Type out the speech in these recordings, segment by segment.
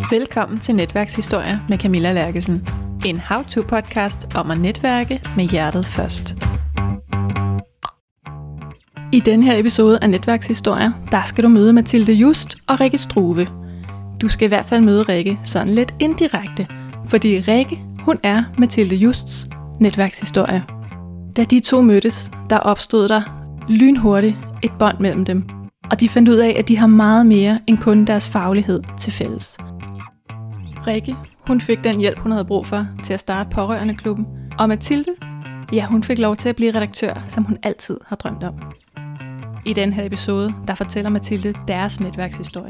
Velkommen til Netværkshistorier med Camilla Lærkesen. En how-to-podcast om at netværke med hjertet først. I denne her episode af Netværkshistorier, der skal du møde Mathilde Just og Rikke Struve. Du skal i hvert fald møde Rikke sådan lidt indirekte, fordi Rikke, hun er Mathilde Justs netværkshistorie. Da de to mødtes, der opstod der lynhurtigt et bånd mellem dem, og de fandt ud af, at de har meget mere end kun deres faglighed til fælles. Rikke, hun fik den hjælp, hun havde brug for til at starte Pårørendeklubben, og Mathilde, ja, hun fik lov til at blive redaktør, som hun altid har drømt om. I den her episode, der fortæller Mathilde deres netværkshistorie.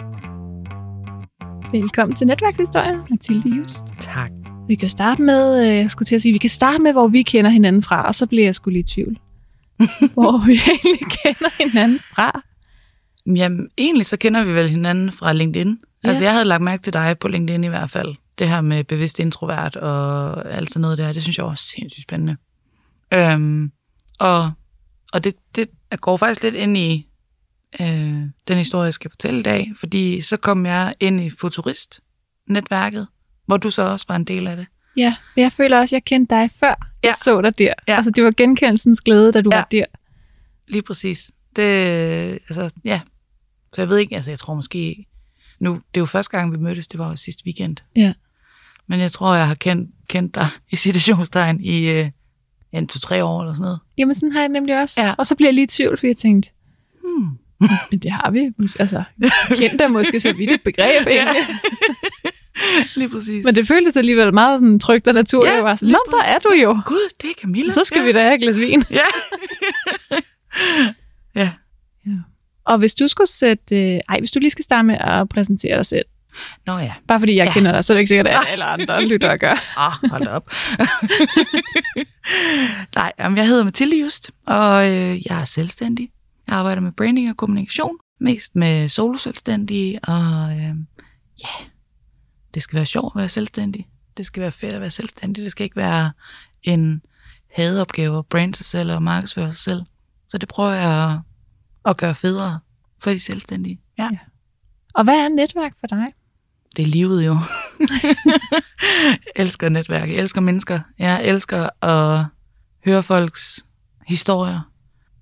Velkommen til Netværkshistorier, Mathilde Just. Tak. Vi kan starte med, vi kan starte med, hvor vi kender hinanden fra, og så bliver jeg sgu lige i tvivl. Hvor vi egentlig kender hinanden fra. Jamen, egentlig så kender vi vel hinanden fra LinkedIn. Ja. Altså, jeg havde lagt mærke til dig på LinkedIn i hvert fald. Det her med bevidst introvert og alt sådan noget der, det synes jeg også er sindssygt spændende. Og det går faktisk lidt ind i den historie, jeg skal fortælle i dag, fordi så kom jeg ind i Futurist-netværket, hvor du så også var en del af det. Ja, jeg føler også, at jeg kendte dig før jeg så dig der. Ja. Altså, det var genkendelsens glæde, da du var der. Lige præcis. Så jeg ved ikke, altså jeg tror måske, nu, det er jo første gang, vi mødtes, det var jo sidste weekend. Ja. Men jeg tror, jeg har kendt dig i citationstegn i 2-3 år eller sådan noget. Jamen, sådan har jeg nemlig også. Ja. Og så bliver jeg lige i tvivl, fordi jeg tænkte, men det har vi. Altså, kendt er måske så vidt et begreb, egentlig. Lige præcis. Men det føltes alligevel meget sådan trygt og naturligt. Jeg var sådan, der er du jo. Gud, det er Camilla. Så skal vi da have et glas vin. Ja. Ja. Og hvis du lige skal starte med at præsentere dig selv. Nå ja. Bare fordi jeg kender dig, så er det ikke sikkert, at alle andre lytter at gøre. Hold da op. Nej, jeg hedder Mathilde Just, og jeg er selvstændig. Jeg arbejder med branding og kommunikation, mest med soloselvstændige, og det skal være sjovt at være selvstændig. Det skal være fedt at være selvstændig. Det skal ikke være en hadeopgave at brande sig selv og markedsføre sig selv. Så det prøver jeg at gøre federe for de selvstændige. Ja. Og hvad er netværk for dig? Det er livet jo. Jeg elsker netværk. Jeg elsker mennesker. Jeg elsker at høre folks historier.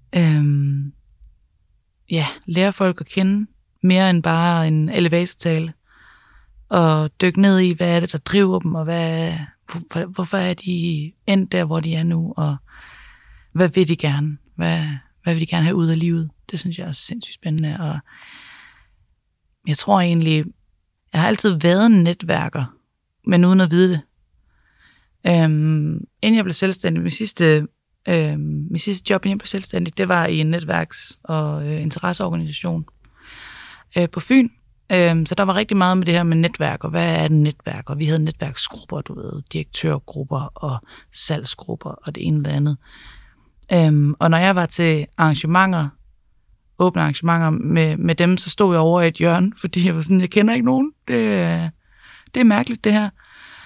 Lære folk at kende mere end bare en elevatortale. Og dykke ned i, hvad er det, der driver dem, og hvorfor er de endt der, hvor de er nu, og hvad vil de gerne? Hvad vil de gerne have ud af livet? Det synes jeg er sindssygt spændende, og jeg tror egentlig, jeg har altid været en netværker, men uden at vide det. Inden jeg blev selvstændig, mit sidste job, inden jeg blev selvstændig, det var i en netværks- og interesseorganisation på Fyn. Så der var rigtig meget med det her med netværk, og hvad er et netværk? Og vi havde netværksgrupper, direktørgrupper og salgsgrupper og det ene eller andet. Og når jeg var til åbne arrangementer med dem, så stod jeg over i et hjørne, fordi jeg var sådan, jeg kender ikke nogen. Det er mærkeligt, det her.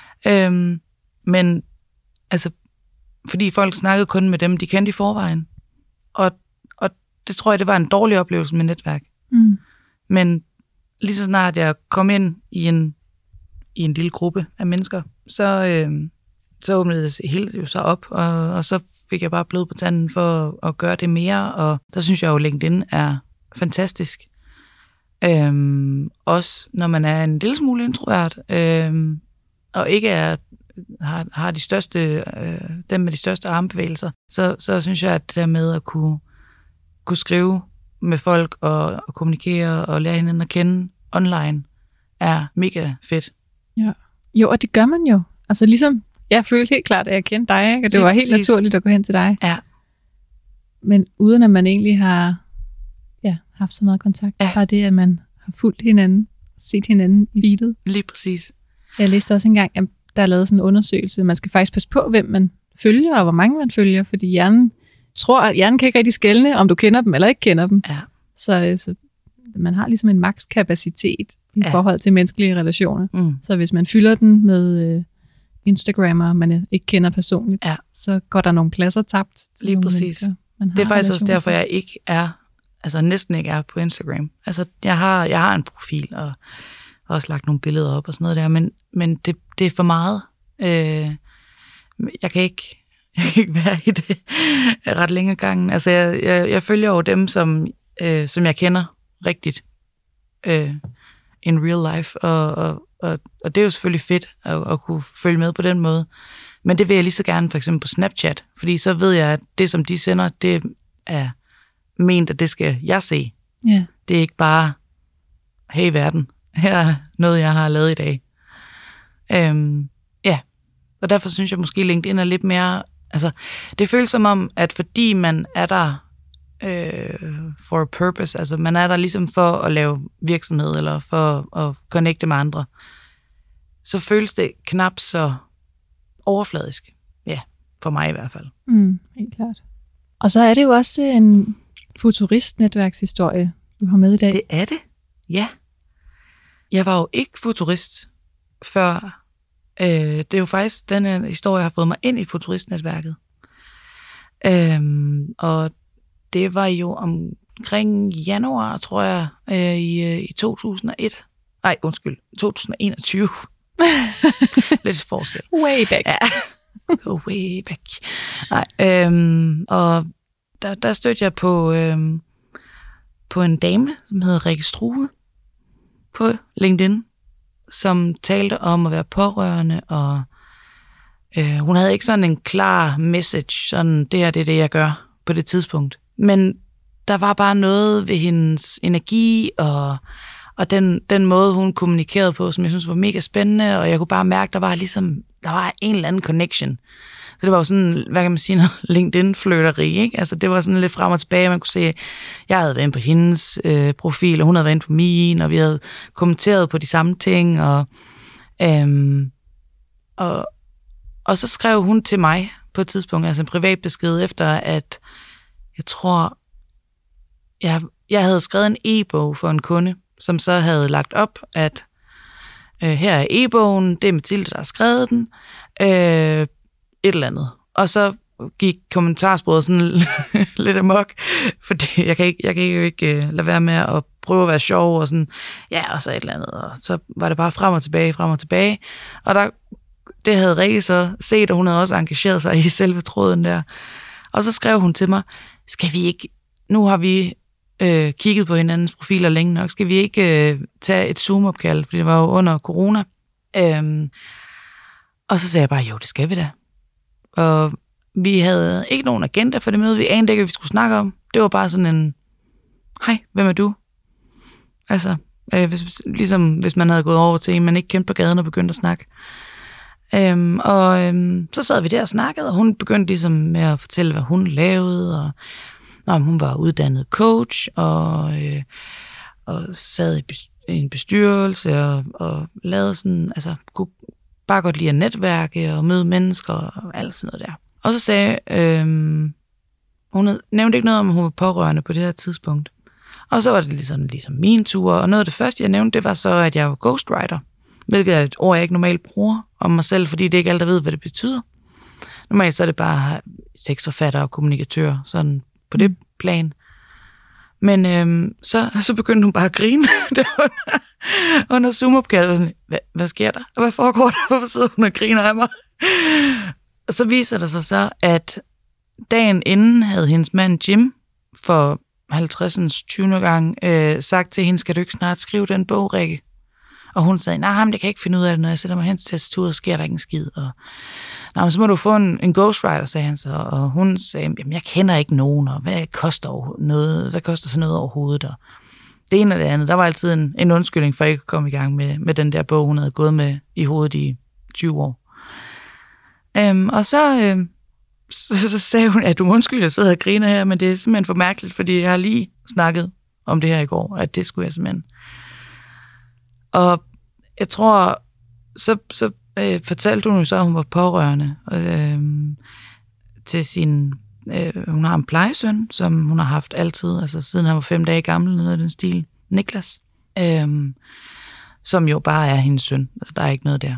Men altså, fordi folk snakkede kun med dem, de kendte i forvejen. Og det tror jeg, det var en dårlig oplevelse med netværk. Mm. Men lige så snart jeg kom ind i en lille gruppe af mennesker, så åbnede det hele jo så op, og så fik jeg bare blod på tanden for at gøre det mere, og der synes jeg jo, LinkedIn er fantastisk. Også når man er en lille smule introvert, og ikke har de største, dem med de største armbevægelser, så synes jeg, at det der med at kunne skrive med folk og kommunikere og lære hinanden at kende online, er mega fedt. Ja. Jo, og det gør man jo. Altså ligesom, jeg følte helt klart, at jeg kendte dig, ikke? Og det var helt naturligt at gå hen til dig. Ja. Men uden at man egentlig har haft så meget kontakt. Ja. Bare det, at man har fulgt hinanden, set hinanden i feedet. Lige præcis. Jeg læste også engang, at der er lavet sådan en undersøgelse. Man skal faktisk passe på, hvem man følger, og hvor mange man følger, fordi hjernen kan ikke rigtig skelne, om du kender dem eller ikke kender dem. Ja. Så man har ligesom en makskapacitet i forhold til menneskelige relationer. Mm. Så hvis man fylder den med Instagrammer, man ikke kender personligt, så går der nogle pladser tabt til lige nogle præcis. mennesker. Det er faktisk også derfor, jeg ikke er, altså næsten ikke er på Instagram. Altså jeg har en profil, har også lagt nogle billeder op og sådan noget der, men det er for meget. Jeg kan ikke være i det ret længe gangen. Altså, jeg følger jo dem, som jeg kender rigtigt in real life, og det er jo selvfølgelig fedt at kunne følge med på den måde. Men det vil jeg lige så gerne for eksempel på Snapchat, fordi så ved jeg, at det, som de sender, det er ment, at det skal jeg se. Ja. Det er ikke bare, hey verden, her er noget, jeg har lavet i dag. Ja, og derfor synes jeg måske, LinkedIn er lidt mere, altså det føles som om, at fordi man er der for a purpose, altså man er der ligesom for at lave virksomhed, eller for at connecte med andre, så føles det knap så overfladisk. Ja, for mig i hvert fald. Helt klart. Og så er det jo også en futurist-netværkshistorie, du har med i dag. Det er det, ja. Jeg var jo ikke futurist før. Det er jo faktisk den her historie, har fået mig ind i futuristnetværket. Og det var jo omkring januar, tror jeg, i 2001. Nej, undskyld, 2021. Lidt forskel. Way back. Ja, go way back. Nej, og der stødte jeg på en dame, som hedder Rikke Struve, på LinkedIn, som talte om at være pårørende, og hun havde ikke sådan en klar message, sådan det er det, jeg gør på det tidspunkt. Men der var bare noget ved hendes energi, og den måde, hun kommunikerede på, som jeg synes var mega spændende, og jeg kunne bare mærke, der var en eller anden connection. Så det var jo sådan, hvad kan man sige, noget LinkedIn-flirteri, ikke? Altså det var sådan lidt frem og tilbage, man kunne se, jeg havde været inde på hendes profil, og hun havde været inde på min, og vi havde kommenteret på de samme ting, og så skrev hun til mig på et tidspunkt, altså en privat besked, efter at jeg tror, jeg havde skrevet en e-bog for en kunde, som så havde lagt op, at her er e-bogen, det er Mathilde, der har skrevet den, et eller andet. Og så gik kommentarsporet sådan lidt amok, fordi jeg kan jo ikke lade være med at prøve at være sjov, og sådan, ja, og så et eller andet. Og så var det bare frem og tilbage. Og det havde Rikke så set, og hun havde også engageret sig i selve tråden der. Og så skrev hun til mig, skal vi ikke, nu har vi kigget på hinandens profiler længe nok, skal vi ikke tage et Zoom-opkald, fordi det var jo under corona. Og så sagde jeg bare, jo, det skal vi da. Og vi havde ikke nogen agenda for det møde, vi anede ikke, hvad vi skulle snakke om. Det var bare sådan en, hej, hvem er du? Altså, hvis man havde gået over til en, man ikke kendte på gaden og begyndte at snakke. Så sad vi der og snakkede, og hun begyndte ligesom med at fortælle, hvad hun lavede, og hun var uddannet coach, og sad i en bestyrelse, og lavede sådan, altså kunne bare godt lide at netværke, og møde mennesker, og alt sådan noget der. Og så sagde, hun nævnte ikke noget om, at hun var pårørende på det her tidspunkt. Og så var det ligesom min tur, og noget af det første, jeg nævnte, det var så, at jeg var ghostwriter, hvilket er et ord, jeg ikke normalt bruger om mig selv, fordi det ikke alle, der ved, hvad det betyder. Normalt så er det bare tekstforfatter og kommunikatør, sådan på det plan. Men så begyndte hun bare at grine under Zoom-opkaldet. Hvad sker der? Og hvad foregår der? Hvorfor sidder hun og griner af mig? Og så viser det sig så, at dagen inden havde hendes mand Jim for 50. 20. gang sagt til hende, skal du ikke snart skrive den bog, Rikke? Og hun sagde, nej, det kan jeg ikke finde ud af det, når jeg sætter mig hen til tastaturet, sker der ikke en skid. Og så må du få en ghostwriter, sagde han så. Og hun sagde, jamen jeg kender ikke nogen, og hvad koster sådan noget overhovedet? Og det ene og det andet, der var altid en undskyldning for ikke at komme i gang med den der bog, hun havde gået med i hovedet i 20 år. Og så sagde hun, at du undskyld, jeg sidder og griner her, men det er simpelthen for mærkeligt, fordi jeg har lige snakket om det her i går, at det skulle jeg simpelthen. Og jeg tror, så fortalte hun jo så, at hun var pårørende til sin... hun har en plejesøn, som hun har haft altid, altså siden han var 5 dage gammel, noget af den stil, Niklas, som jo bare er hendes søn. Altså, der er ikke noget der.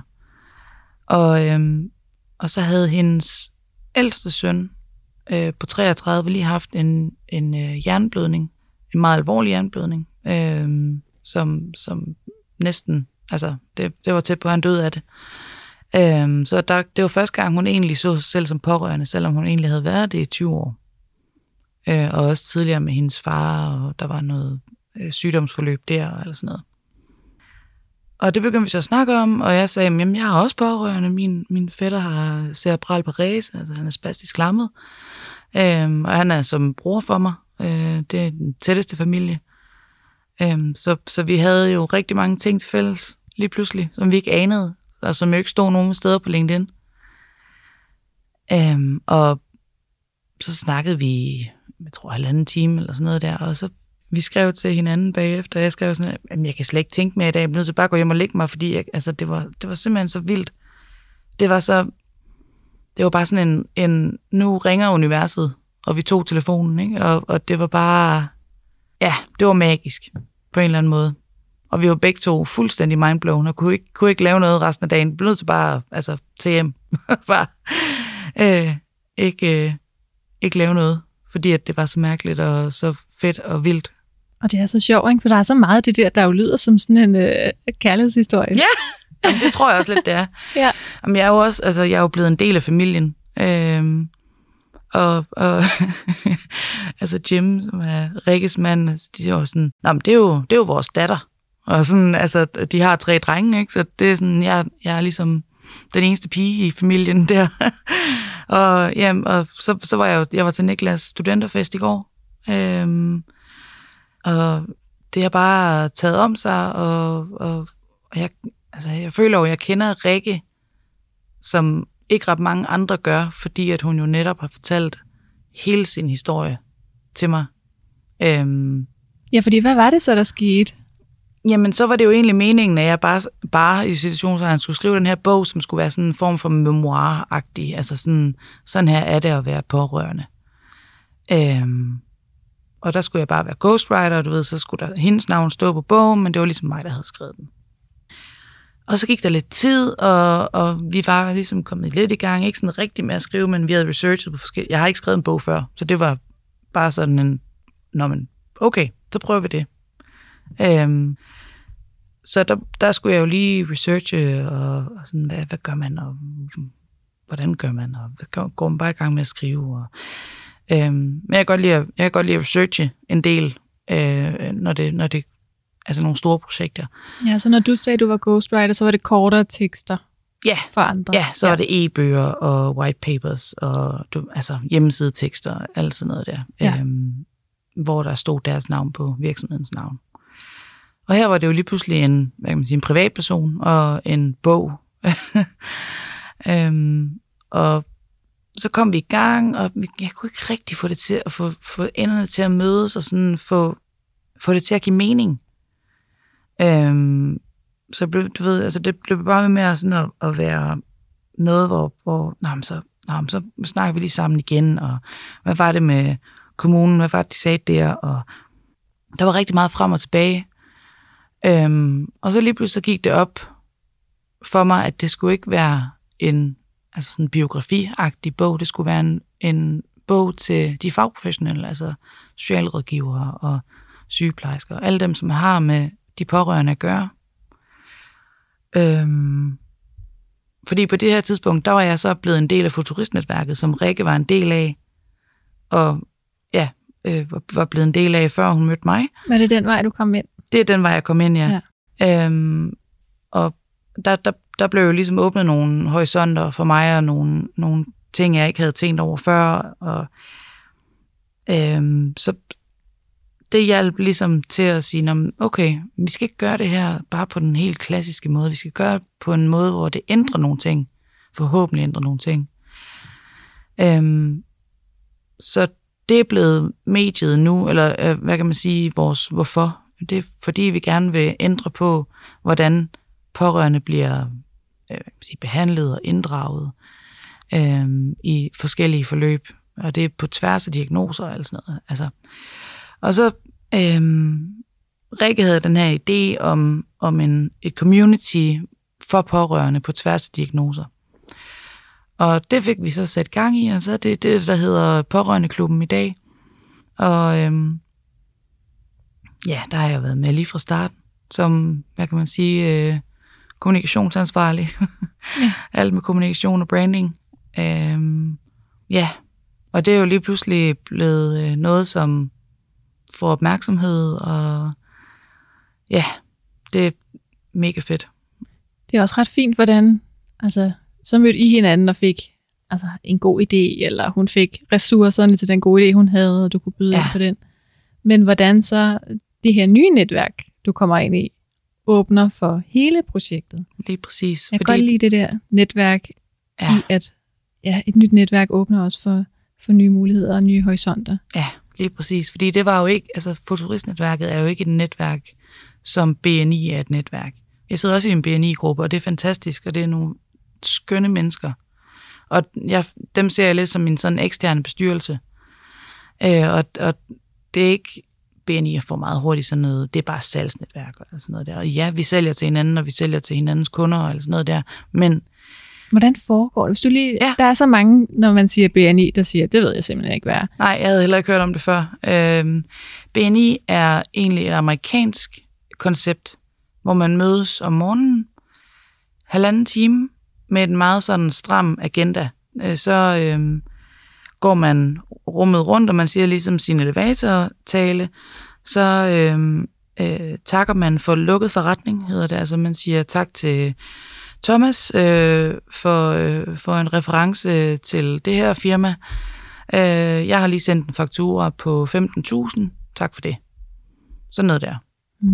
Og så havde hendes ældste søn på 33 lige haft en hjerneblødning, en meget alvorlig hjerneblødning, som næsten Altså, det var tæt på, at han døde af det. Så det var første gang, hun egentlig så sig selv som pårørende, selvom hun egentlig havde været det i 20 år. Og også tidligere med hendes far, og der var noget sygdomsforløb der, eller sådan noget. Og det begyndte vi så at snakke om, og jeg sagde, jamen jeg er også pårørende, min fætter har cerebral parese, altså han er spastisk lammet, og han er som bror for mig, det er den tætteste familie. Så vi havde jo rigtig mange ting til fælles, lige pludselig, som vi ikke anede, og som jo ikke stod nogen steder på LinkedIn. Og så snakkede vi, jeg tror 1,5 time eller sådan noget der, og så vi skrev til hinanden bagefter, jeg skrev sådan, at jeg kan slet ikke tænke mere i dag, jeg bliver nødt til bare at gå hjem og lægge mig, fordi det var simpelthen så vildt. Det var bare sådan en nu ringer universet, og vi tog telefonen, ikke? Og det var bare, ja, det var magisk på en eller anden måde. Og vi var begge to fuldstændig mindblown, og kunne ikke lave noget resten af dagen. Vi blev nødt til bare, til hjem. bare ikke lave noget, fordi at det var så mærkeligt og så fedt og vildt. Og det er så sjovt, ikke? For der er så meget af det der jo lyder som sådan en kærlighedshistorie. Ja, jamen, det tror jeg også lidt, det er. Ja. Jamen, jeg er jo blevet en del af familien. Og altså Jim, som er Rikkes mand, de siger jo sådan, nå, men det er jo vores datter. Og sådan, altså, de har 3 drenge, ikke? Så det er sådan, jeg er ligesom den eneste pige i familien der. og så var jeg var til Niklas studenterfest i går. Og det har bare taget om sig, og jeg føler jo, at jeg kender Rikke, som ikke ret mange andre gør, fordi at hun jo netop har fortalt hele sin historie til mig. Ja, fordi hvad var det så, der skete? Jamen, så var det jo egentlig meningen, at jeg bare i situationen, så han skulle skrive den her bog, som skulle være sådan en form for memoir-agtig. Altså sådan her er det at være pårørende. Og der skulle jeg bare være ghostwriter, og du ved, så skulle der hendes navn stå på bogen, men det var ligesom mig, der havde skrevet den. Og så gik der lidt tid, og vi var ligesom kommet lidt i gang, ikke sådan rigtig med at skrive, men vi havde researchet på forskellige. Jeg har ikke skrevet en bog før, så det var bare sådan en, men okay, så prøver vi det. Så der skulle jeg jo lige researche, og sådan, hvad gør man, og hvordan gør man, og går man bare i gang med at skrive. Men jeg kan godt lide at researche en del, når det altså nogle store projekter. Ja, så når du sagde, du var ghostwriter, så var det kortere tekster for andre? Ja, så var det e-bøger og white papers, og hjemmesidetekster og alt sådan noget der, hvor der stod deres navn på virksomhedens navn. Og her var det jo lige pludselig en privatperson og en bog. Og så kom vi i gang, og jeg kunne ikke rigtig få det til at få enderne til at mødes, og sådan få det til at give mening. Så det blev bare med sådan at være noget, hvor så snakker vi lige sammen igen, og hvad var det med kommunen, hvad var det, de sagde der, og der var rigtig meget frem og tilbage. Og så lige pludselig så gik det op for mig, at det skulle ikke være en sådan biografi-agtig bog, det skulle være en bog til de fagprofessionelle, altså socialrådgivere og sygeplejersker, alle dem, som har med de pårørende at gøre. Fordi på det her tidspunkt, der var jeg så blevet en del af Futuristnetværket, som Rikke var en del af, og var blevet en del af, før hun mødte mig. Var det den vej, du kom ind? Det er den vej, jeg kom ind, ja. Og der blev jo ligesom åbnet nogle horisonter for mig, og nogle ting, jeg ikke havde tænkt over før, og så det hjalp ligesom til at sige, okay, vi skal ikke gøre det her bare på den helt klassiske måde, vi skal gøre det på en måde, hvor det ændrer nogle ting, forhåbentlig ændrer nogle ting. Så det er blevet mediet nu, eller hvad kan man sige, vores hvorfor. Det er fordi, vi gerne vil ændre på, hvordan pårørende bliver behandlet og inddraget i forskellige forløb. Og det er på tværs af diagnoser og alt sådan noget. Altså. Og så Rikke havde den her idé om et community for pårørende på tværs af diagnoser. Og det fik vi så sat gang i, og så det er det, der hedder Pårørendeklubben i dag. Og der har jeg været med lige fra starten, som, hvad kan man sige, kommunikationsansvarlig. Alt med kommunikation og branding. Og det er jo lige pludselig blevet noget, som får opmærksomhed, og ja, det er mega fedt. Det er også ret fint, hvordan så mødte I hinanden og fik en god idé, eller hun fik ressourcerne til den gode idé, hun havde, og du kunne byde ind på den. Men hvordan så det her nye netværk, du kommer ind i, åbner for hele projektet? Lige præcis. Jeg kan godt lide det der netværk, i at et nyt netværk åbner også for nye muligheder og nye horisonter. Ja, lige præcis. Fordi det var jo ikke, Futurist-netværket er jo ikke et netværk, som BNI er et netværk. Jeg sidder også i en BNI-gruppe, og det er fantastisk, og det er nogle skønne mennesker. Og dem ser jeg lidt som en sådan eksterne bestyrelse. Og det er ikke BNI får meget hurtigt sådan noget, det er bare salgsnetværk og sådan noget der. Og ja, vi sælger til hinanden, og vi sælger til hinandens kunder og sådan noget der, men hvordan foregår det? Hvis du lige, der er så mange, når man siger BNI, der siger, det ved jeg simpelthen ikke, hvad er. Nej, jeg havde heller ikke hørt om det før. BNI er egentlig et amerikansk koncept, hvor man mødes om morgenen, 1,5 time, med en meget sådan stram agenda. Så går man rummet rundt, og man siger ligesom sin elevatortale, så takker man for lukket forretning, hedder det. Altså man siger tak til Thomas for en reference til det her firma. Jeg har lige sendt en faktura på 15.000. Tak for det. Sådan noget der.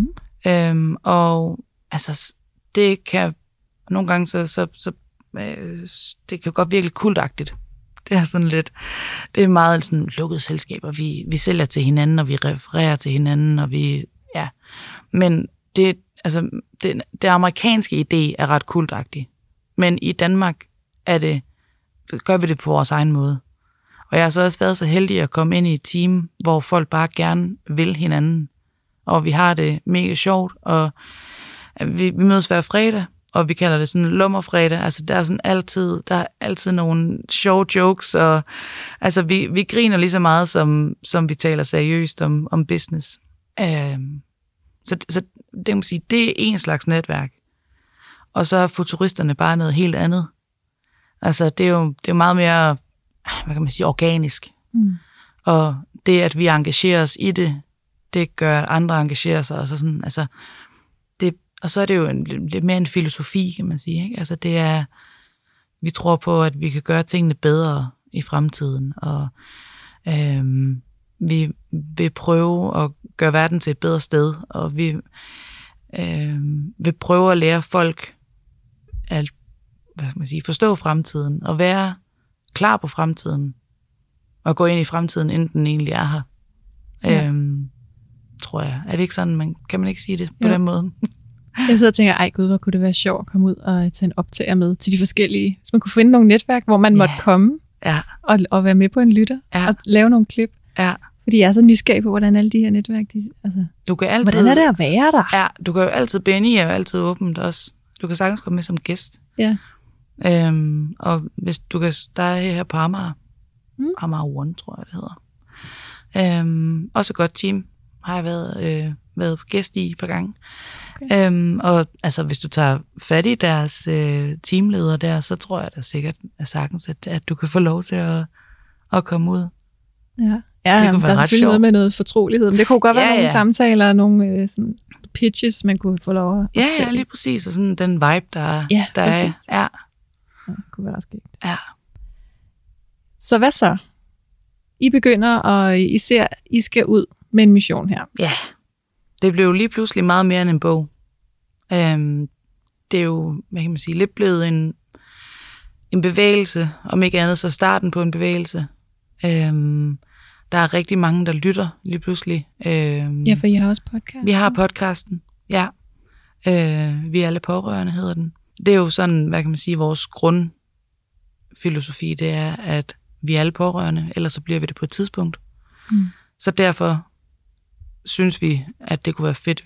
Og det kan nogle gange så det kan godt virkelig kultagtigt. Det er sådan lidt, det er meget sådan lukkede selskaber. Vi sælger til hinanden, og vi refererer til hinanden, og men det amerikanske idé er ret kultagtigt. Men i Danmark gør vi det på vores egen måde. Og jeg har så også været så heldig at komme ind i et team, hvor folk bare gerne vil hinanden. Og vi har det mega sjovt, og vi mødes hver fredag, og vi kalder det sådan lummerfredag. Altså der er altid nogle sjove jokes, og vi griner lige så meget, som vi taler seriøst om business. Så det kan man sige, det er en slags netværk. Og så er futuristerne bare noget helt andet. Altså det er jo meget mere, hvad kan man sige, organisk. Og det, at vi engagerer os i det, det gør, at andre engagerer sig. Og så sådan, og så er det jo lidt mere en filosofi, kan man sige. Ikke? Altså det er, vi tror på, at vi kan gøre tingene bedre i fremtiden, og vi vil prøve at gøre verden til et bedre sted, og vi vil prøve at lære folk at forstå fremtiden, og være klar på fremtiden, og gå ind i fremtiden, inden den egentlig er her. Tror jeg. Er det ikke sådan, kan man ikke sige det på den måde? Jeg sidder og tænker, ej gud, hvor kunne det være sjovt at komme ud og tage en optager med til de forskellige, så man kunne finde nogle netværk, hvor man måtte komme og være med på en lytter, og lave nogle klip. Ja. Fordi jeg er så nysgerrig på, hvordan alle de her netværk, du kan altid, hvordan er det at være der? Ja, du kan jo altid, BNI er jo altid åbent også. Du kan sagtens komme med som gæst. Ja. Og hvis du kan, der er her på Amager, Amager One, tror jeg det hedder. Også et godt team, har jeg været gæst i et par gange. Okay. Og hvis du tager fat i deres teamleder der, så tror jeg da sikkert sagtens, at du kan få lov til at komme ud. Ja, der er selvfølgelig noget med noget fortrolighed, men det kunne godt være nogle samtaler, nogle sådan pitches, man kunne få lov at fortælle. Ja, lige præcis, og sådan den vibe, der er. Ja, det kunne være ret skægt. Ja. Så hvad så? I begynder, og I skal ud med en mission her. Ja, det blev lige pludselig meget mere end en bog. Det er jo, hvad kan man sige, lidt blevet en bevægelse, om ikke andet så starten på en bevægelse. Der er rigtig mange, der lytter lige pludselig. Ja, for I har også podcasten. Vi har podcasten, ja. Vi er alle pårørende, hedder den. Det er jo sådan, hvad kan man sige, vores grundfilosofi, det er, at vi er alle pårørende, ellers så bliver vi det på et tidspunkt. Så derfor synes vi, at det kunne være fedt,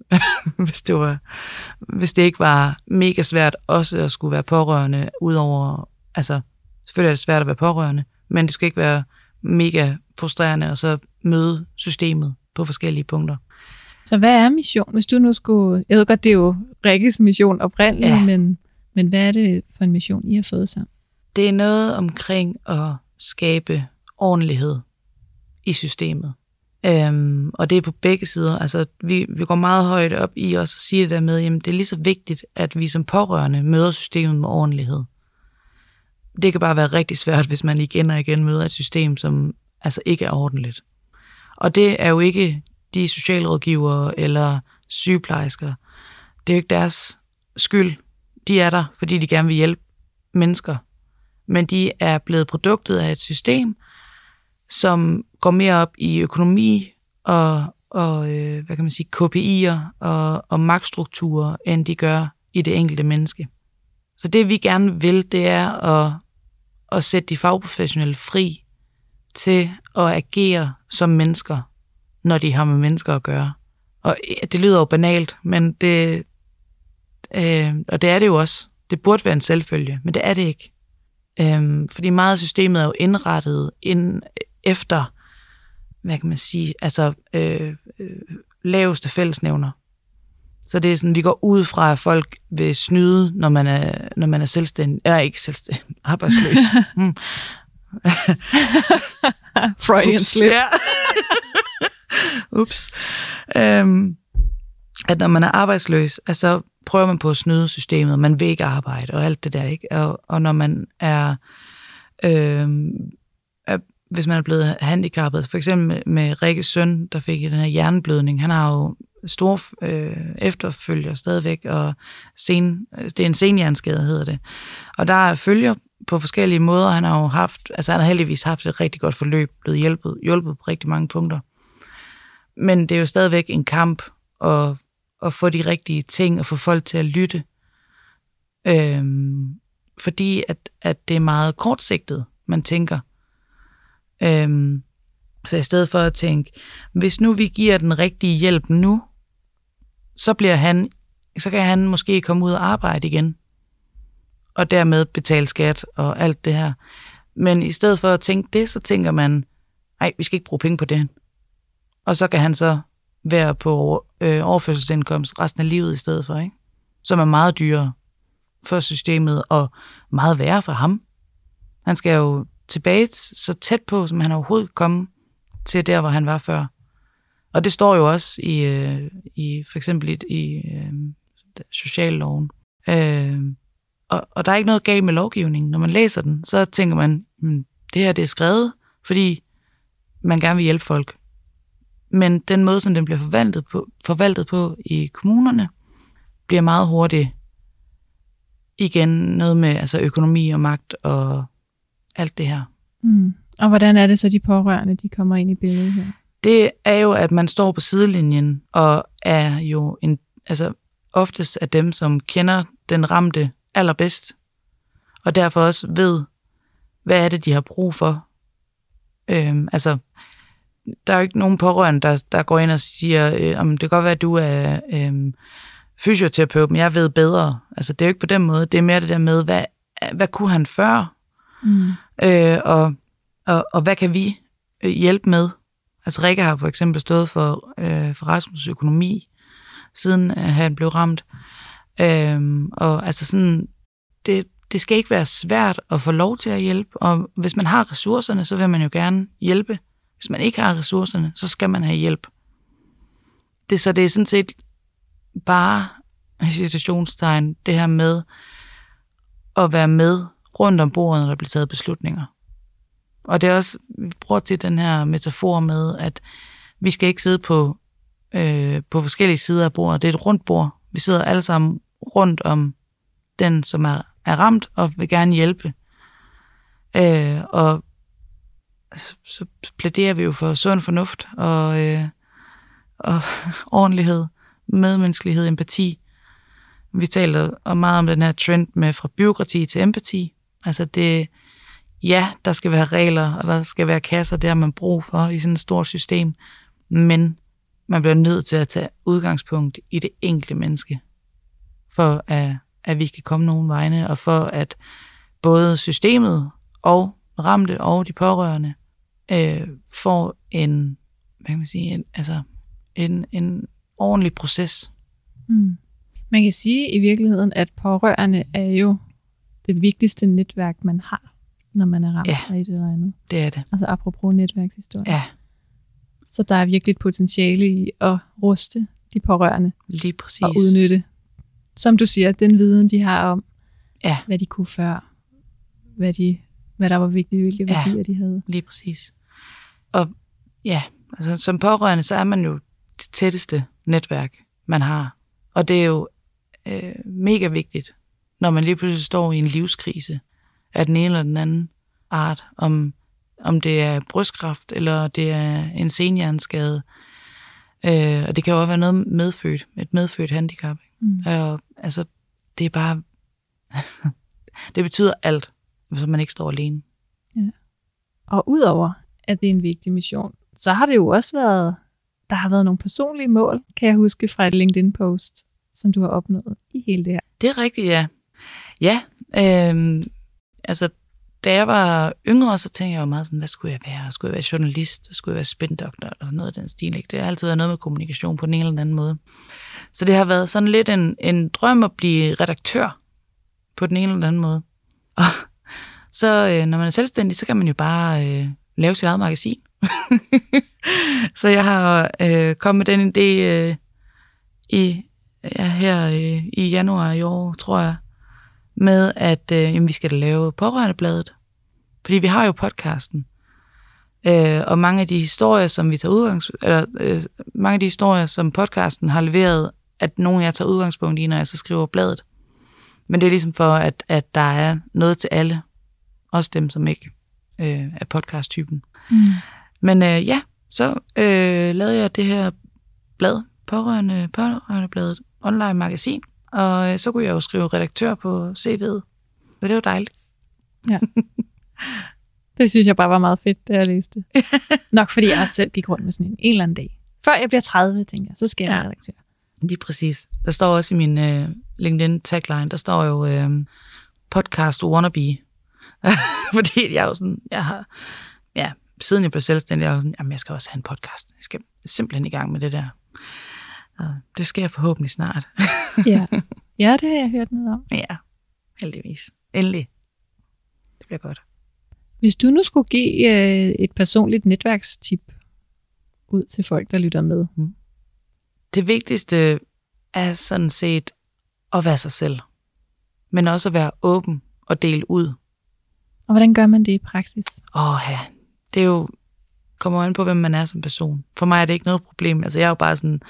hvis det ikke var mega svært også at skulle være pårørende, udover, selvfølgelig er det svært at være pårørende, men det skal ikke være mega frustrerende, og så møde systemet på forskellige punkter. Så hvad er mission? Hvis du nu skulle... Jeg ved godt, det er jo Rikkes mission oprindeligt, ja. men hvad er det for en mission, I har fået sammen? Det er noget omkring at skabe ordentlighed i systemet. Og det er på begge sider. Altså, vi går meget højt op i også at sige det der med, jamen det er lige så vigtigt, at vi som pårørende møder systemet med ordentlighed. Det kan bare være rigtig svært, hvis man igen og igen møder et system, som altså ikke er ordentligt. Og det er jo ikke de socialrådgivere eller sygeplejersker. Det er jo ikke deres skyld. De er der, fordi de gerne vil hjælpe mennesker. Men de er blevet produktet af et system, som går mere op i økonomi og hvad kan man sige, KPI'er og magtstrukturer, end de gør i det enkelte menneske. Så det vi gerne vil, det er at sætte de fagprofessionelle fri til at agere som mennesker, når de har med mennesker at gøre. Og det lyder jo banalt, men det og det er det jo også. Det burde være en selvfølge, men det er det ikke. Fordi meget af systemet er jo indrettet efter, hvad kan man sige, altså laveste fællesnævner. Så det er sådan, vi går ud fra, at folk vil snyde, når man er selvstændig. Ikke selvstændig, arbejdsløs. Freudian slip. Ja. Ups. At når man er arbejdsløs, altså prøver man på at snyde systemet, man vil ikke arbejde og alt det der, ikke? Og når man hvis man er blevet handicappet, for eksempel med Rikkes søn, der fik den her hjerneblødning, han har jo store efterfølger stadigvæk, og det er en senhjerneskade, hedder det. Og der er følger på forskellige måder. Han har jo han har heldigvis haft et rigtig godt forløb, blevet hjulpet på rigtig mange punkter. Men det er jo stadigvæk en kamp at få de rigtige ting og få folk til at lytte. Fordi at det er meget kortsigtet, man tænker. Så i stedet for at tænke, hvis nu vi giver den rigtige hjælp nu, så kan han måske komme ud og arbejde igen, og dermed betale skat og alt det her. Men i stedet for at tænke det, så tænker man, nej, vi skal ikke bruge penge på det. Og så kan han så være på overførselsindkomst resten af livet i stedet for, ikke? Som er meget dyrere for systemet og meget værre for ham. Han skal jo tilbage så tæt på, som han overhovedet komme til der, hvor han var før. Og det står jo også i for eksempel i socialloven. Og der er ikke noget galt med lovgivningen. Når man læser den, så tænker man, det her det er skrevet, fordi man gerne vil hjælpe folk. Men den måde, som den bliver forvaltet på i kommunerne, bliver meget hurtigt igen noget med altså økonomi og magt og alt det her. Mm. Og hvordan er det så, de pårørende de kommer ind i billedet her? Det er jo, at man står på sidelinjen og er jo oftest af dem, som kender den ramte allerbedst, og derfor også ved, hvad er det, de har brug for. Der er jo ikke nogen pårørende, der går ind og siger, om det kan godt være, at du er fysioterapeut, men jeg ved bedre. Altså, det er jo ikke på den måde. Det er mere det der med, hvad kunne han før? Mm. Og hvad kan vi hjælpe med? Altså, Rikke har for eksempel stået for Rasmus' økonomi, siden han blev ramt. Og altså sådan, det skal ikke være svært at få lov til at hjælpe, og hvis man har ressourcerne, så vil man jo gerne hjælpe. Hvis man ikke har ressourcerne, så skal man have hjælp. Så det er sådan set bare i citationstegn, det her med at være med rundt om bordet, når der bliver taget beslutninger. Og det er også, vi bruger til den her metafor med, at vi skal ikke sidde på forskellige sider af bordet. Det er et rundt bord. Vi sidder alle sammen rundt om den, som er ramt, og vil gerne hjælpe. Og så plæderer vi jo for sund fornuft og ordentlighed, medmenneskelighed, empati. Vi taler meget om den her trend med fra bureaukrati til empati. Altså der skal være regler, og der skal være kasser, det har man brug for i sådan et stort system. Men man bliver nødt til at tage udgangspunkt i det enkelte menneske, for at vi kan komme nogen vegne, og for at både systemet og ramte og de pårørende får en ordentlig proces. Man kan sige i virkeligheden, at pårørende er jo det vigtigste netværk, man har, når man er ramt af et eller andet. Det er det. Altså apropos netværkshistorie. Ja. Så der er virkelig et potentiale i at ruste de pårørende. Lige præcis. Og udnytte, som du siger, den viden, de har om, hvad de kunne før, hvad der var vigtigt, hvilke værdier de havde. Lige præcis. Og ja, altså som pårørende, så er man jo det tætteste netværk, man har. Og det er jo mega vigtigt, når man lige pludselig står i en livskrise af den ene eller den anden art, om det er brystkræft, eller det er en senhjerneskade. Og det kan jo også være noget medfødt, et medfødt handicap. Og altså, det er bare, det betyder alt, hvis man ikke står alene. Ja. Og udover, at det er en vigtig mission, så har det jo også været, der har været nogle personlige mål, kan jeg huske fra et LinkedIn-post, som du har opnået i hele det her. Det er rigtigt, ja. Ja, altså, da jeg var yngre, så tænkte jeg jo meget sådan, hvad skulle jeg være? Skulle jeg være journalist? Skulle jeg være spindoktor? Eller noget af den stil, ikke? Det har altid været noget med kommunikation på en eller anden måde. Så det har været sådan lidt en drøm at blive redaktør på den ene eller anden måde. Og så når man er selvstændig, så kan man jo bare lave sit eget magasin. Så jeg har kommet med den idé her i januar i år, tror jeg, med at vi skal da lave Pårørendebladet. Fordi vi har jo podcasten. Og mange af de historier, som vi tager mange af de historier, som podcasten har leveret, at nogen af jer tager udgangspunkt i, når jeg så skriver bladet. Men det er ligesom for, at der er noget til alle. Også dem, som ikke er podcast-typen. Men så lavede jeg det her blad, Pårørendebladet, online magasin. Og så kunne jeg jo skrive redaktør på CV'et. Så det var dejligt. Ja. Det synes jeg bare var meget fedt, da jeg læste. Nok fordi jeg også selv gik rundt med sådan en eller anden dag. Før jeg bliver 30, tænker jeg, så skal jeg være redaktør. Lige præcis. Der står også i min LinkedIn tagline, der står jo podcast wannabe. Fordi jeg er jo sådan, siden jeg blev selvstændig, jeg er jo sådan, jamen jeg skal også have en podcast. Jeg skal simpelthen i gang med det der. Det skal jeg forhåbentlig snart. Ja, det har jeg hørt noget om. Ja, heldigvis. Endelig. Det bliver godt. Hvis du nu skulle give et personligt netværkstip ud til folk, der lytter med. Det vigtigste er sådan set at være sig selv. Men også at være åben og dele ud. Og hvordan gør man det i praksis? Det er jo kommer an på, hvem man er som person. For mig er det ikke noget problem. Altså jeg er jo bare sådan,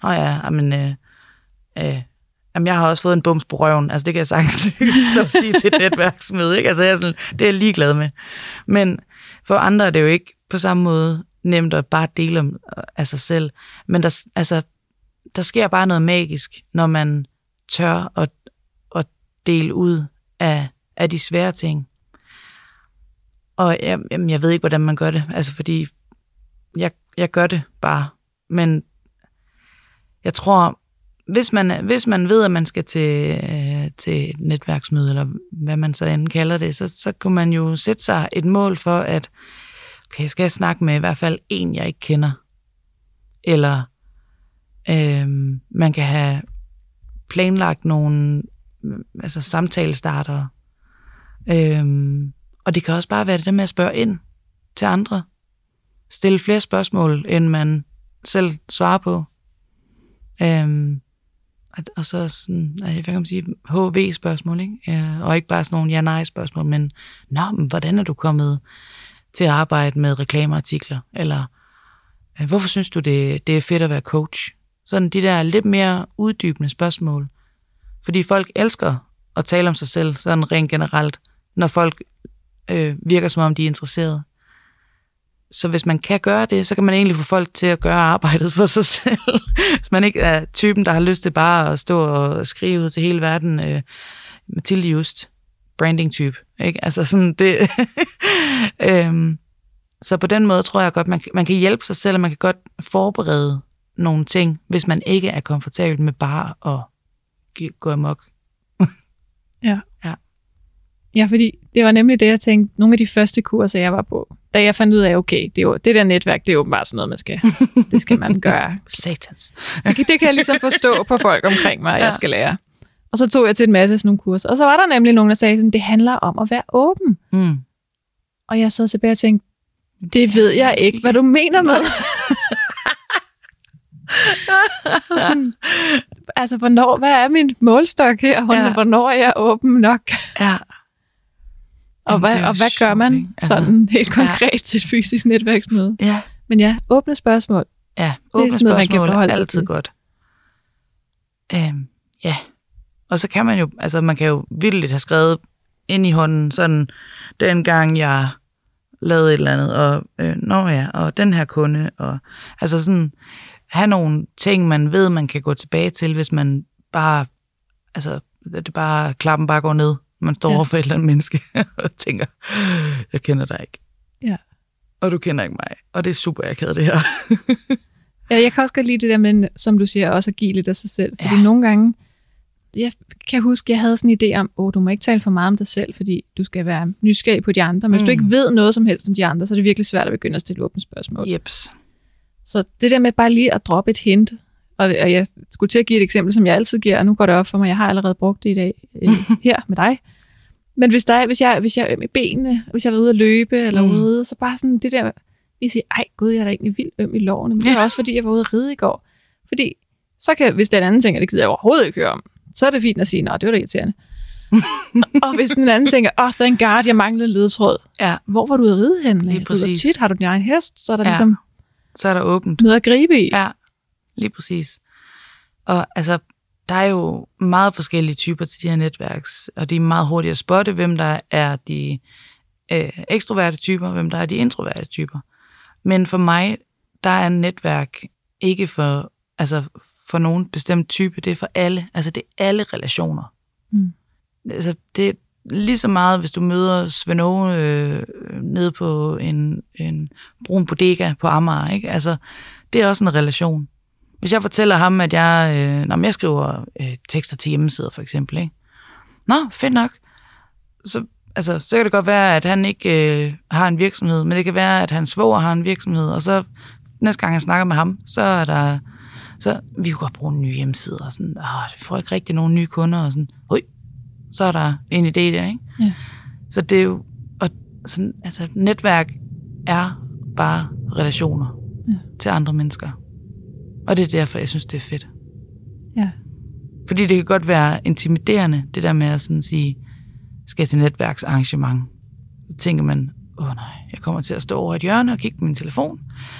jeg har også fået en bums på røven. Altså det kan jeg sagtens stå og sige til et netværksmøde. Ikke? Altså jeg er sådan, det er jeg ligeglad med. Men for andre er det jo ikke på samme måde nemt at bare dele om af sig selv. Men der sker bare noget magisk, når man tør at dele ud af de svære ting. Og jeg ved ikke, hvordan man gør det. Altså fordi jeg gør det bare. Men jeg tror, hvis man ved, at man skal til et netværksmøde, eller hvad man så end kalder det, så kunne man jo sætte sig et mål for, at okay, skal jeg snakke med i hvert fald en, jeg ikke kender. Eller man kan have planlagt nogle samtalestartere. Og det kan også bare være det der med at spørge ind til andre. Stille flere spørgsmål, end man selv svarer på. Og så sådan, hvad kan man sige, HV-spørgsmål, ikke? Og ikke bare sådan nogle ja-nej-spørgsmål, men hvordan er du kommet til at arbejde med reklameartikler? Eller hvorfor synes du, det er fedt at være coach? Sådan de der lidt mere uddybende spørgsmål. Fordi folk elsker at tale om sig selv, sådan rent generelt, når folk virker som om, de er interesserede. Så hvis man kan gøre det, så kan man egentlig få folk til at gøre arbejdet for sig selv. Hvis man ikke er typen, der har lyst til bare at stå og skrive ud til hele verden. Mathilde Just, branding-type. Ikke? Altså sådan det. Så på den måde tror jeg godt, man kan hjælpe sig selv, og man kan godt forberede nogle ting, hvis man ikke er komfortabel med bare at gå amok. Ja. Ja, fordi det var nemlig det, jeg tænkte, nogle af de første kurser, jeg var på, da jeg fandt ud af, okay, det der netværk, det er åbenbart sådan noget, det skal man gøre. Satans. Det kan jeg ligesom forstå på folk omkring mig, jeg skal lære. Og så tog jeg til en masse af sådan nogle kurser. Og så var der nemlig nogen, der sagde, at det handler om at være åben. Og jeg sad tilbage og tænkte, det ved jeg ikke, hvad du mener med. Sådan, altså, hvad er min målstok her? Hvornår er jeg åben nok? Ja. Og hvad gør man sådan helt konkret til et fysisk netværksmøde? Ja. Men ja, åbne spørgsmål. Ja, åbne spørgsmål man kan er altid til. Godt. Ja. Og så kan man jo, altså man kan jo vildt have skrevet ind i hånden, sådan, dengang jeg lavede et eller andet, og og den her kunde, og altså sådan, have nogle ting, man ved, man kan gå tilbage til, hvis man bare, altså, det bare, klappen bare går ned. Man står over for et eller andet menneske, og tænker, jeg kender dig ikke. Ja. Og du kender ikke mig. Og det er super akavet, det her. Ja, jeg kan også godt lide det der med, som du siger, også at give lidt af sig selv. Fordi nogle gange, jeg kan huske, jeg havde sådan en idé om, du må ikke tale for meget om dig selv, fordi du skal være nysgerrig på de andre. Men hvis du ikke ved noget som helst om de andre, så er det virkelig svært at begynde at stille åbne spørgsmål. Jeps. Så det der med bare lige at droppe et hint, og jeg skulle til at give et eksempel, som jeg altid giver, og nu går det op for mig, jeg har allerede brugt det i dag her med dig. Men hvis jeg er øm i benene, hvis jeg er ude at løbe eller ude, så bare sådan det der, jeg siger, ej gud, jeg er da egentlig vildt øm i lårene, men det er også fordi, jeg var ude at ride i går. Fordi så kan, hvis den anden tænker, det gider jeg overhovedet ikke høre om, så er det fint at sige, nå, det var da irriterende. Og hvis den anden tænker, thank god, jeg manglede ledetråd. Ja. Hvor var du ude at ride henne? Lige præcis. Tit, har du din egen hest? Så er der ligesom så er der åbent. noget at gribe i. Ja, lige præcis. Og altså, der er jo meget forskellige typer til de her netværks, og de er meget hurtigt at spotte, hvem der er de ekstroverte typer, hvem der er de introverte typer. Men for mig, der er en netværk ikke for nogen bestemt type, det er for alle. Altså, det er alle relationer. Altså, det er lige så meget, hvis du møder Svend Åge nede på en brun bodega på Amager, ikke? Altså, det er også en relation. Hvis jeg fortæller ham, at jeg skriver tekster til hjemmesider, for eksempel, ikke? Nå, fedt nok. Så kan det godt være, at han ikke har en virksomhed, men det kan være, at hans svoger har en virksomhed, og så næste gang jeg snakker med ham, så vi kan godt bruge en ny hjemmeside, og sådan, det får ikke rigtig nogen nye kunder, og sådan, så er der en idé der, ikke? Ja. Så det er jo, sådan, altså netværk er bare relationer til andre mennesker. Og det er derfor, jeg synes, det er fedt. Ja. Fordi det kan godt være intimiderende, det der med at sådan sige, skal jeg til netværksarrangement? Så tænker man, nej, jeg kommer til at stå over et hjørne og kigge på min telefon.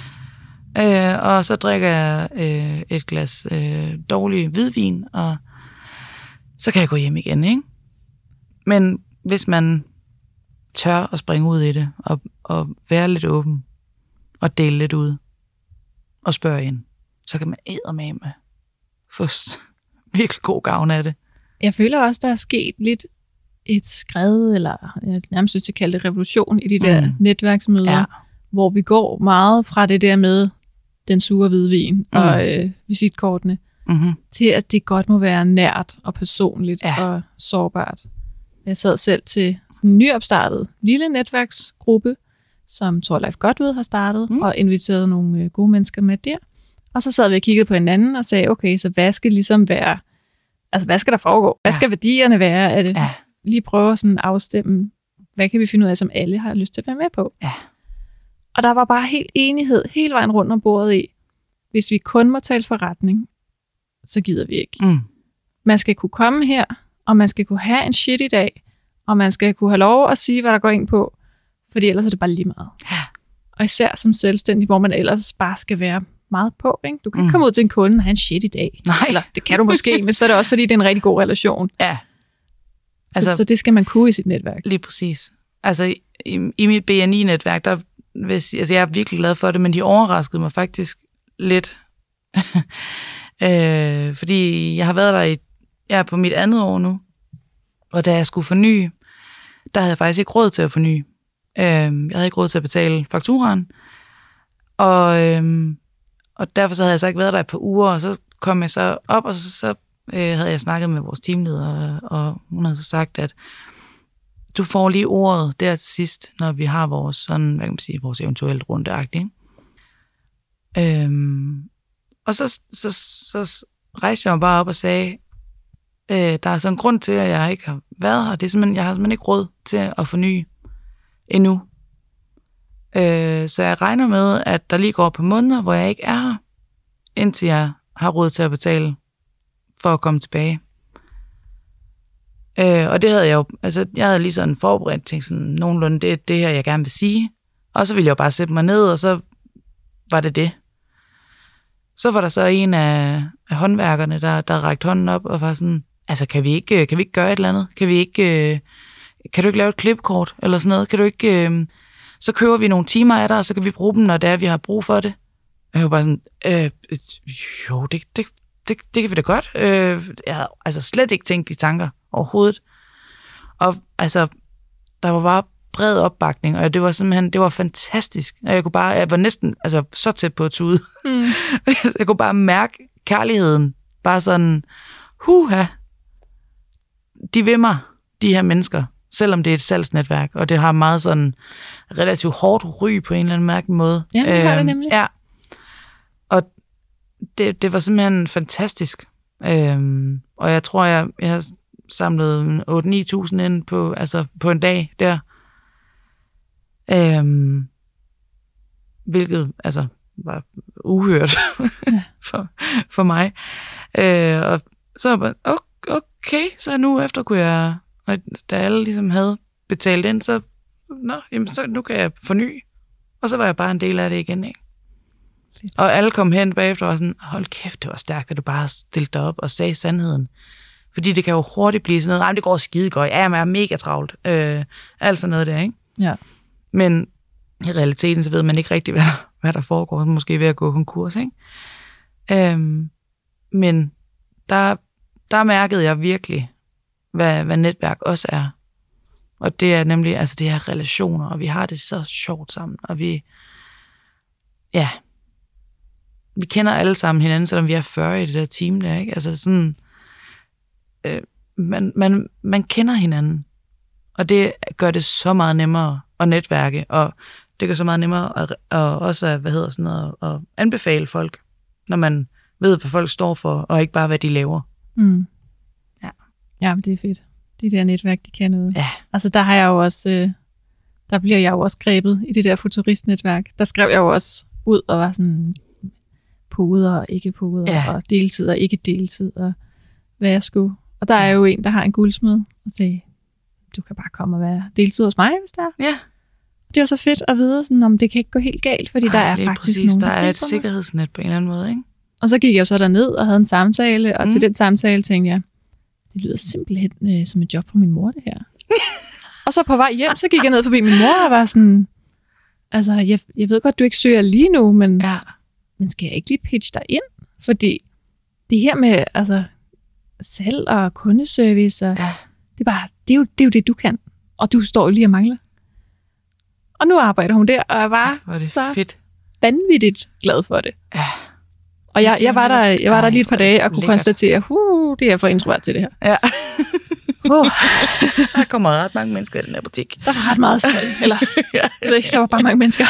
Og så drikker jeg et glas dårlig hvidvin, og så kan jeg gå hjem igen, ikke? Men hvis man tør at springe ud i det, og være lidt åben, og dele lidt ud, og spørge ind, så kan man eddermame få virkelig god gavn af det. Jeg føler også, der er sket lidt et skred, eller jeg nærmest synes, jeg kalder det revolution i de der netværksmøder, hvor vi går meget fra det der med den sure hvidvin og visitkortene, til at det godt må være nært og personligt og sårbart. Jeg sad selv til sådan en nyopstartet lille netværksgruppe, som Thorleif Godved har startet, og inviteret nogle gode mennesker med der. Og så sad vi og kiggede på hinanden og sagde, okay, så hvad skal ligesom være, altså hvad skal der foregå? Hvad skal værdierne være? Er det lige prøve at sådan afstemme, hvad kan vi finde ud af, som alle har lyst til at være med på? Ja. Og der var bare helt enighed hele vejen rundt om bordet i, hvis vi kun må tale forretning, så gider vi ikke. Man skal kunne komme her, og man skal kunne have en shit i dag, og man skal kunne have lov at sige, hvad der går ind på, fordi ellers er det bare lige meget. Ja. Og især som selvstændig, hvor man ellers bare skal være meget på, ikke? Du kan ikke komme ud til en kunde og have en shit i dag. Nej. Eller det kan du måske, men så er det også, fordi det er en rigtig god relation. Ja. Altså, så det skal man kunne i sit netværk. Lige præcis. Altså i mit BNI-netværk, der jeg er virkelig glad for det, men de overraskede mig faktisk lidt. Fordi jeg har været der jeg er på mit andet år nu, og da jeg skulle forny, der havde jeg faktisk ikke råd til at forny. Jeg havde ikke råd til at betale fakturaen, og derfor så havde jeg så ikke været der et par uger, og så kom jeg så op, og så havde jeg snakket med vores teamleder, og hun havde så sagt, at du får lige ordet der til sidst, når vi har vores sådan, hvad kan man sige, vores eventuelt rundeagtige. Og så rejste jeg mig bare op og sagde, der er sådan en grund til, at jeg ikke har været her. Det er simpelthen, jeg har simpelthen ikke råd til at forny endnu. Så jeg regner med, at der lige går på måneder, hvor jeg ikke er her, indtil jeg har råd til at betale for at komme tilbage. Og det havde jeg jo, altså jeg havde lige sådan forberedt, tænkt sådan nogenlunde, det er det her, jeg gerne vil sige. Og så ville jeg jo bare sætte mig ned, og så var det. Så var der så en af håndværkerne, der rakte hånden op og var sådan, altså kan vi ikke gøre et eller andet? Kan du ikke lave et klipkort eller sådan noget? Kan du ikke, så køber vi nogle timer af dig, og så kan vi bruge dem, når det er, vi har brug for det. Og jeg var bare sådan, jo, det kan vi da godt. Jeg havde altså slet ikke tænkt de tanker overhovedet. Og altså, der var bare bred opbakning, og det var simpelthen, det var fantastisk. Jeg var næsten altså, så tæt på at tude. Jeg kunne bare mærke kærligheden. Bare sådan, de vil mig, de her mennesker, selvom det er et salgsnetværk, og det har meget sådan relativt hårdt ry på en eller anden mærkelig måde. Ja, det har det nemlig. Ja. Og det var simpelthen fantastisk. Og jeg tror, jeg har samlet 8-9.000 ind på en dag der. Hvilket altså var uhørt for mig. Og så var jeg bare, okay, så nu efter kunne jeg, da alle ligesom havde betalt ind, så nu kan jeg forny. Og så var jeg bare en del af det igen, ikke? Og alle kom hen bagefter og var sådan, hold kæft, det var stærkt, at du bare stillede dig op og sagde sandheden. Fordi det kan jo hurtigt blive sådan noget, det går skide godt, jeg er mega travlt. Alt sådan noget der, ikke? Ja. Men i realiteten, så ved man ikke rigtig, hvad der foregår. Måske ved at gå konkurs, ikke? Men der mærkede jeg virkelig, hvad netværk også er. Og det er nemlig, altså det er relationer, og vi har det så sjovt sammen, og vi kender alle sammen hinanden, selvom vi er 40 i det der team der, ikke? Altså sådan, man kender hinanden, og det gør det så meget nemmere at netværke, og det gør så meget nemmere at også at anbefale folk, når man ved, hvad folk står for, og ikke bare, hvad de laver. Mm. Ja, det er fedt. De der netværk, de kan noget. Ja. Altså, der har jeg jo også, der bliver jeg jo også grebet i det der futuristnetværk. Der skrev jeg jo også ud og var sådan, poder og ikke poder, og deltid og ikke deltid, og hvad jeg skulle. Og der er jo en, der har en guldsmed, og siger, du kan bare komme og være deltid hos mig, hvis der er. Ja. Det var så fedt at vide, sådan, om det kan ikke gå helt galt, fordi der er faktisk præcis, nogen, der er et sikkerhedsnet på en eller anden måde, ikke? Og så gik jeg så derned og havde en samtale, og til den samtale tænkte jeg, det lyder simpelthen som et job på min mor, det her. Og så på vej hjem, så gik jeg ned forbi min mor og var sådan, altså, jeg ved godt, du ikke søger lige nu, men skal jeg ikke lige pitche dig ind? Fordi det her med altså, salg og kundeservice, og det er jo det, du kan. Og du står lige og mangler. Og nu arbejder hun der, og jeg var så fedt. Vanvittigt glad for det. Ja. Og jeg var der lige et par dage, og kunne konstatere, det er for introvert til det her. Ja. Der kommer ret mange mennesker i den her butik. Der var ret meget salg, eller jeg ved ikke, der var bare mange mennesker.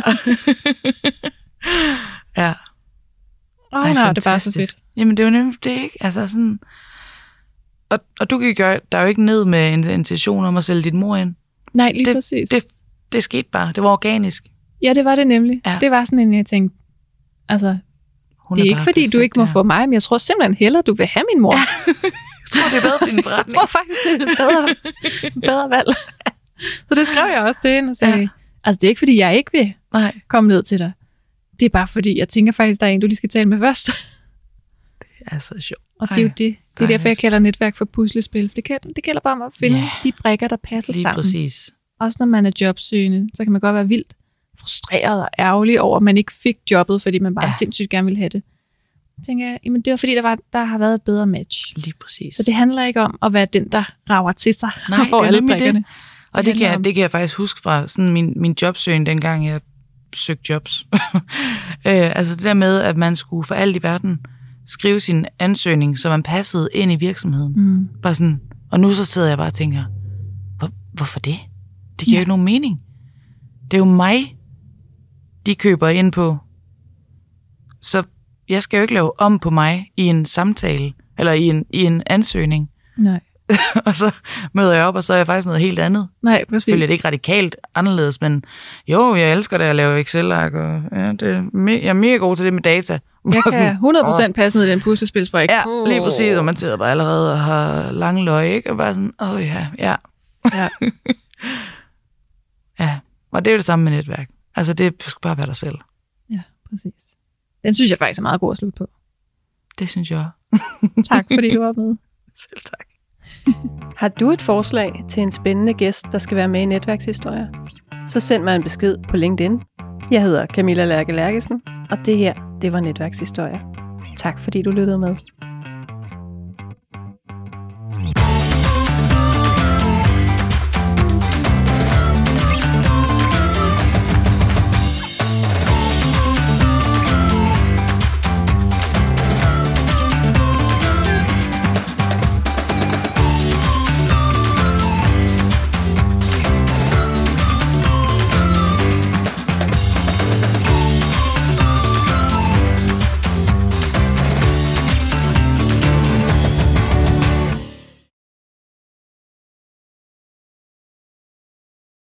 Ja. Nej, det er bare så fedt. Jamen, det er jo nemlig det, ikke? Altså sådan... Og du kan gøre, der er jo ikke ned med en intention om at sælge dit mor ind. Nej, lige præcis. Det skete bare. Det var organisk. Ja, det var det nemlig. Ja. Det var sådan en, jeg tænkte, altså, det er ikke fordi, du ikke må få mig, men jeg tror simpelthen hellere, du vil have min mor. Jeg tror, det er bedre for din forretning. Jeg tror faktisk, det er et bedre valg. Så det skrev jeg også til hende og sagde, altså det er ikke fordi, jeg ikke vil komme ned til dig. Det er bare fordi, jeg tænker faktisk, der er en, du lige skal tale med først. Det er så sjovt. Og det er jo det. Det er derfor, jeg kalder netværk for puslespil. Det gælder bare om at finde de brikker, der passer lige sammen. Præcis. Også når man er jobsøgende, så kan man godt være vildt frustreret og ærgerlig over, at man ikke fik jobbet, fordi man bare sindssygt gerne ville have det. Så tænker jeg, jamen det var fordi, der har været et bedre match. Lige præcis. Så det handler ikke om at være den, der rager til sig. Nej, det er nemlig det. Og det kan jeg faktisk huske fra sådan min jobsøgning, dengang jeg søgte jobs. Altså det der med, at man skulle for alt i verden skrive sin ansøgning, så man passede ind i virksomheden. Bare sådan, og nu så sidder jeg bare og tænker, hvorfor det? Det giver jo ikke nogen mening. Det er jo mig, de køber ind på. Så jeg skal jo ikke lave om på mig i en samtale, eller i en ansøgning. Nej. Og så møder jeg op, og så er jeg faktisk noget helt andet. Nej, præcis. Selvfølgelig er det ikke radikalt anderledes, men jo, jeg elsker det at lave Excel-ark, og ja, jeg er mega god til det med data. Jeg kan 100% passe ned i den puslespilsbrik. Ja, lige præcis, og man sidder bare allerede og har lange løg, ikke? Og bare sådan, ja. Ja, og det er jo det samme med netværk. Altså, det skal bare være dig selv. Ja, præcis. Den synes jeg faktisk er meget god at slutte på. Det synes jeg. Tak, fordi du var med. Selv tak. Har du et forslag til en spændende gæst, der skal være med i Netværkshistorier? Så send mig en besked på LinkedIn. Jeg hedder Camilla Lærke Lærkesen, og det her, det var Netværkshistorier. Tak fordi du lyttede med.